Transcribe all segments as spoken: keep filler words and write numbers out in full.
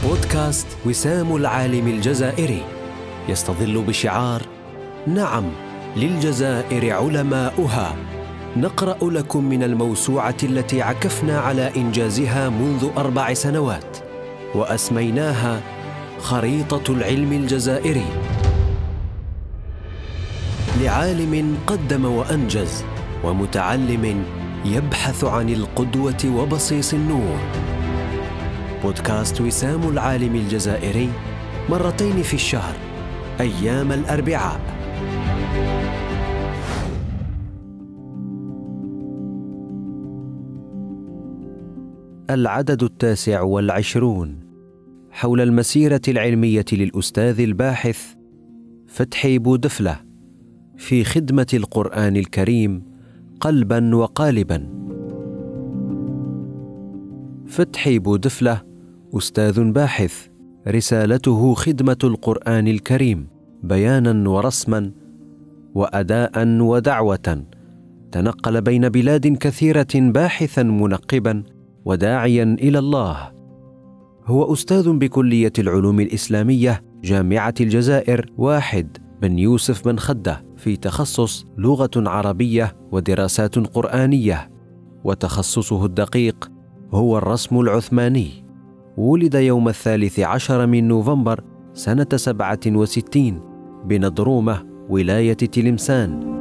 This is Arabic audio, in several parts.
بودكاست وسام العالم الجزائري يستظل بشعار نعم للجزائر علماؤها. نقرأ لكم من الموسوعة التي عكفنا على إنجازها منذ أربع سنوات وأسميناها خريطة العلم الجزائري، لعالم قدم وأنجز ومتعلم يبحث عن القدوة وبصيص النور. بودكاست وسام العالم الجزائري مرتين في الشهر أيام الأربعاء. العدد التاسع والعشرون، حول المسيرة العلمية للأستاذ الباحث فتحي بودفلة في خدمة القرآن الكريم قلبا وقالبا. فتحي بودفلة أستاذ باحث، رسالته خدمة القرآن الكريم بيانا ورسما وأداء ودعوة. تنقل بين بلاد كثيرة باحثا منقبا وداعيا إلى الله. هو أستاذ بكلية العلوم الإسلامية جامعة الجزائر واحد بن يوسف بن خدة في تخصص لغة عربية ودراسات قرآنية، وتخصصه الدقيق هو الرسم العثماني. ولد يوم الثالث عشر من نوفمبر سنة سبعة وستين بنضرومة ولاية تلمسان.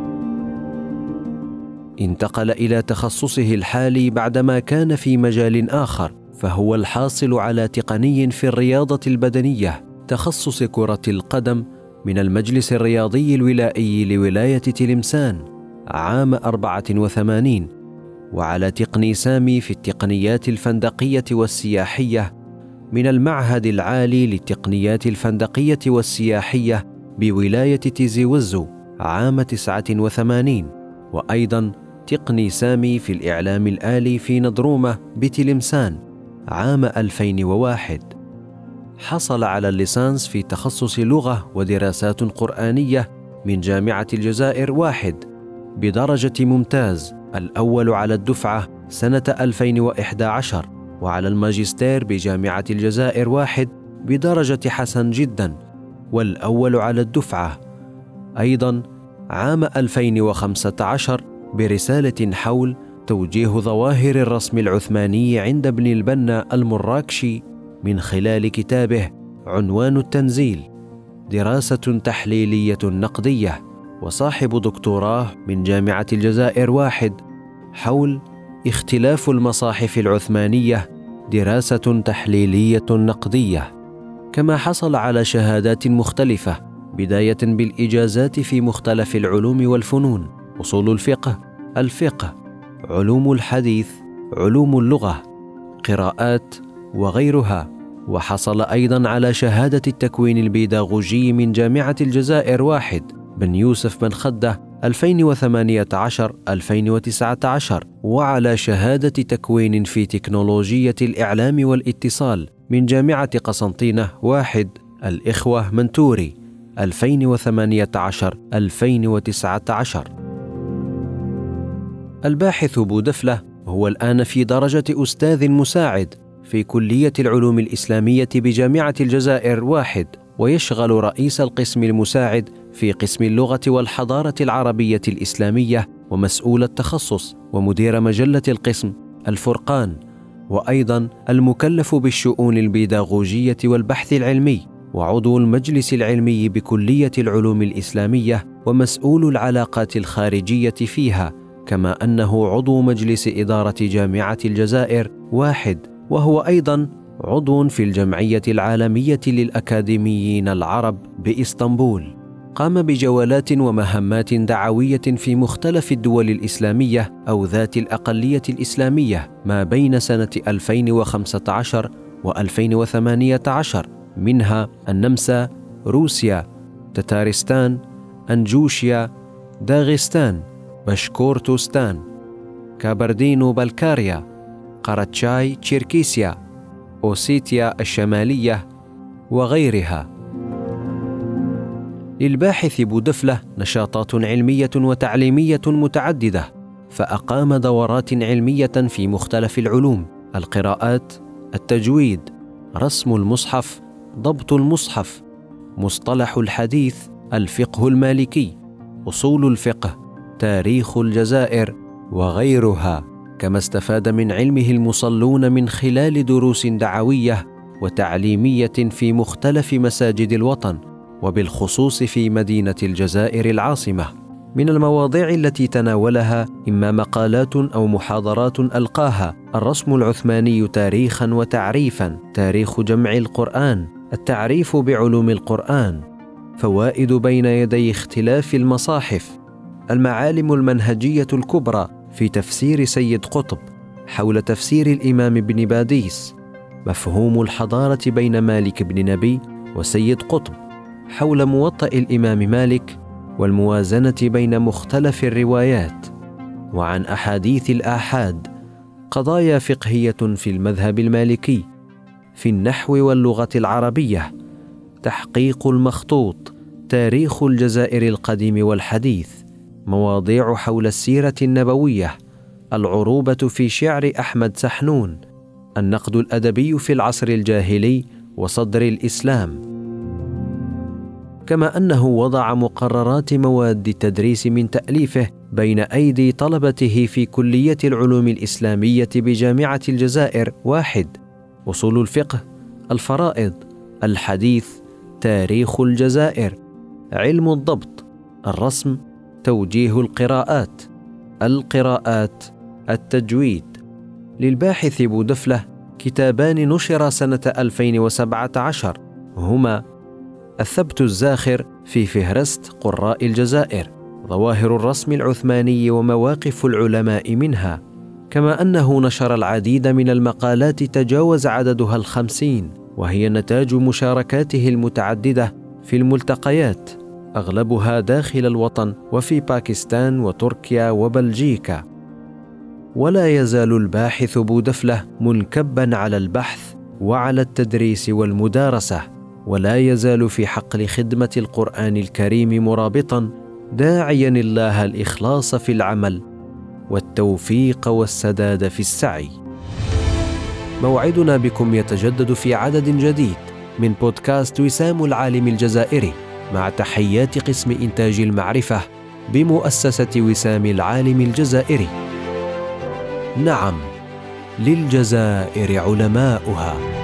انتقل إلى تخصصه الحالي بعدما كان في مجال آخر، فهو الحاصل على تقني في الرياضة البدنية تخصص كرة القدم من المجلس الرياضي الولائي لولاية تلمسان عام أربعة وثمانين، وعلى تقني سامي في التقنيات الفندقية والسياحية من المعهد العالي للتقنيات الفندقية والسياحية بولاية تيزي وزو عام تسعة وثمانين، وأيضا تقني سامي في الإعلام الآلي في نضرومة بتلمسان عام ألفين وواحد. حصل على الليسانس في تخصص لغة ودراسات قرآنية من جامعة الجزائر واحد بدرجة ممتاز، الأول على الدفعة سنة ألفين وإحدى عشر، وعلى الماجستير بجامعة الجزائر واحد بدرجة حسن جدا، والأول على الدفعة أيضا عام ألفين وخمسة عشر برسالة حول توجيه ظواهر الرسم العثماني عند ابن البنا المراكشي من خلال كتابه عنوان التنزيل، دراسة تحليلية نقدية، وصاحب دكتوراه من جامعة الجزائر واحد حول اختلاف المصاحف العثمانية، دراسة تحليلية نقدية. كما حصل على شهادات مختلفة، بداية بالإجازات في مختلف العلوم والفنون: أصول الفقه، الفقه، علوم الحديث، علوم اللغة، قراءات وغيرها. وحصل أيضا على شهادة التكوين البيداغوجي من جامعة الجزائر واحد بن يوسف بن خدة ألفين وثمانية عشر ألفين وتسعة عشر، وعلى شهادة تكوين في تكنولوجية الإعلام والاتصال من جامعة قسنطينة واحد الإخوة منتوري ألفين وثمانية عشر ألفين وتسعة عشر. الباحث بودفلة هو الآن في درجة أستاذ مساعد في كلية العلوم الإسلامية بجامعة الجزائر واحد، ويشغل رئيس القسم المساعد في قسم اللغة والحضارة العربية الإسلامية، ومسؤول التخصص ومدير مجلة القسم الفرقان، وأيضا المكلف بالشؤون البيداغوجية والبحث العلمي، وعضو المجلس العلمي بكلية العلوم الإسلامية، ومسؤول العلاقات الخارجية فيها، كما أنه عضو مجلس إدارة جامعة الجزائر واحد، وهو أيضا عضو في الجمعية العالمية للأكاديميين العرب بإسطنبول. قام بجولات ومهمات دعوية في مختلف الدول الإسلامية أو ذات الأقلية الإسلامية ما بين سنة ألفين وخمسة عشر وألفين وثمانية عشر، منها النمسا، روسيا، تتارستان، أنجوشيا، داغستان، بشكورتوستان، كابردينو بلكاريا، قراتشاي تشيركيسيا، أوسيتيا الشمالية وغيرها. للباحث بودفلة نشاطات علمية وتعليمية متعددة، فأقام دورات علمية في مختلف العلوم: القراءات، التجويد، رسم المصحف، ضبط المصحف، مصطلح الحديث، الفقه المالكي، أصول الفقه، تاريخ الجزائر وغيرها. كما استفاد من علمه المصلون من خلال دروس دعوية وتعليمية في مختلف مساجد الوطن، وبالخصوص في مدينة الجزائر العاصمة. من المواضيع التي تناولها إما مقالات أو محاضرات ألقاها: الرسم العثماني تاريخاً وتعريفاً، تاريخ جمع القرآن، التعريف بعلوم القرآن، فوائد بين يدي اختلاف المصاحف، المعالم المنهجية الكبرى في تفسير سيد قطب حول تفسير الإمام ابن باديس، مفهوم الحضارة بين مالك بن نبي وسيد قطب حول موطأ الإمام مالك، والموازنة بين مختلف الروايات، وعن أحاديث الآحاد، قضايا فقهية في المذهب المالكي، في النحو واللغة العربية، تحقيق المخطوط، تاريخ الجزائر القديم والحديث، مواضيع حول السيرة النبوية، العروبة في شعر أحمد سحنون، النقد الأدبي في العصر الجاهلي وصدر الإسلام. كما أنه وضع مقررات مواد التدريس من تأليفه بين أيدي طلبته في كلية العلوم الإسلامية بجامعة الجزائر: واحد، أصول الفقه، الفرائض، الحديث، تاريخ الجزائر، علم الضبط، الرسم، توجيه القراءات، القراءات، التجويد. للباحث بودفلة كتابان نشرا سنة ألفين وسبعة عشر، هما الثبت الزاخر في فهرست قراء الجزائر، ظواهر الرسم العثماني ومواقف العلماء منها. كما أنه نشر العديد من المقالات تجاوز عددها الخمسين، وهي نتاج مشاركاته المتعددة في الملتقيات، أغلبها داخل الوطن وفي باكستان وتركيا وبلجيكا. ولا يزال الباحث بودفلة منكبا على البحث وعلى التدريس والمدارسة، ولا يزال في حقل خدمة القرآن الكريم مرابطا، داعيا الله الإخلاص في العمل والتوفيق والسداد في السعي. موعدنا بكم يتجدد في عدد جديد من بودكاست وسام العالم الجزائري، مع تحيات قسم إنتاج المعرفة بمؤسسة وسام العالم الجزائري. نعم، للجزائر علماؤها.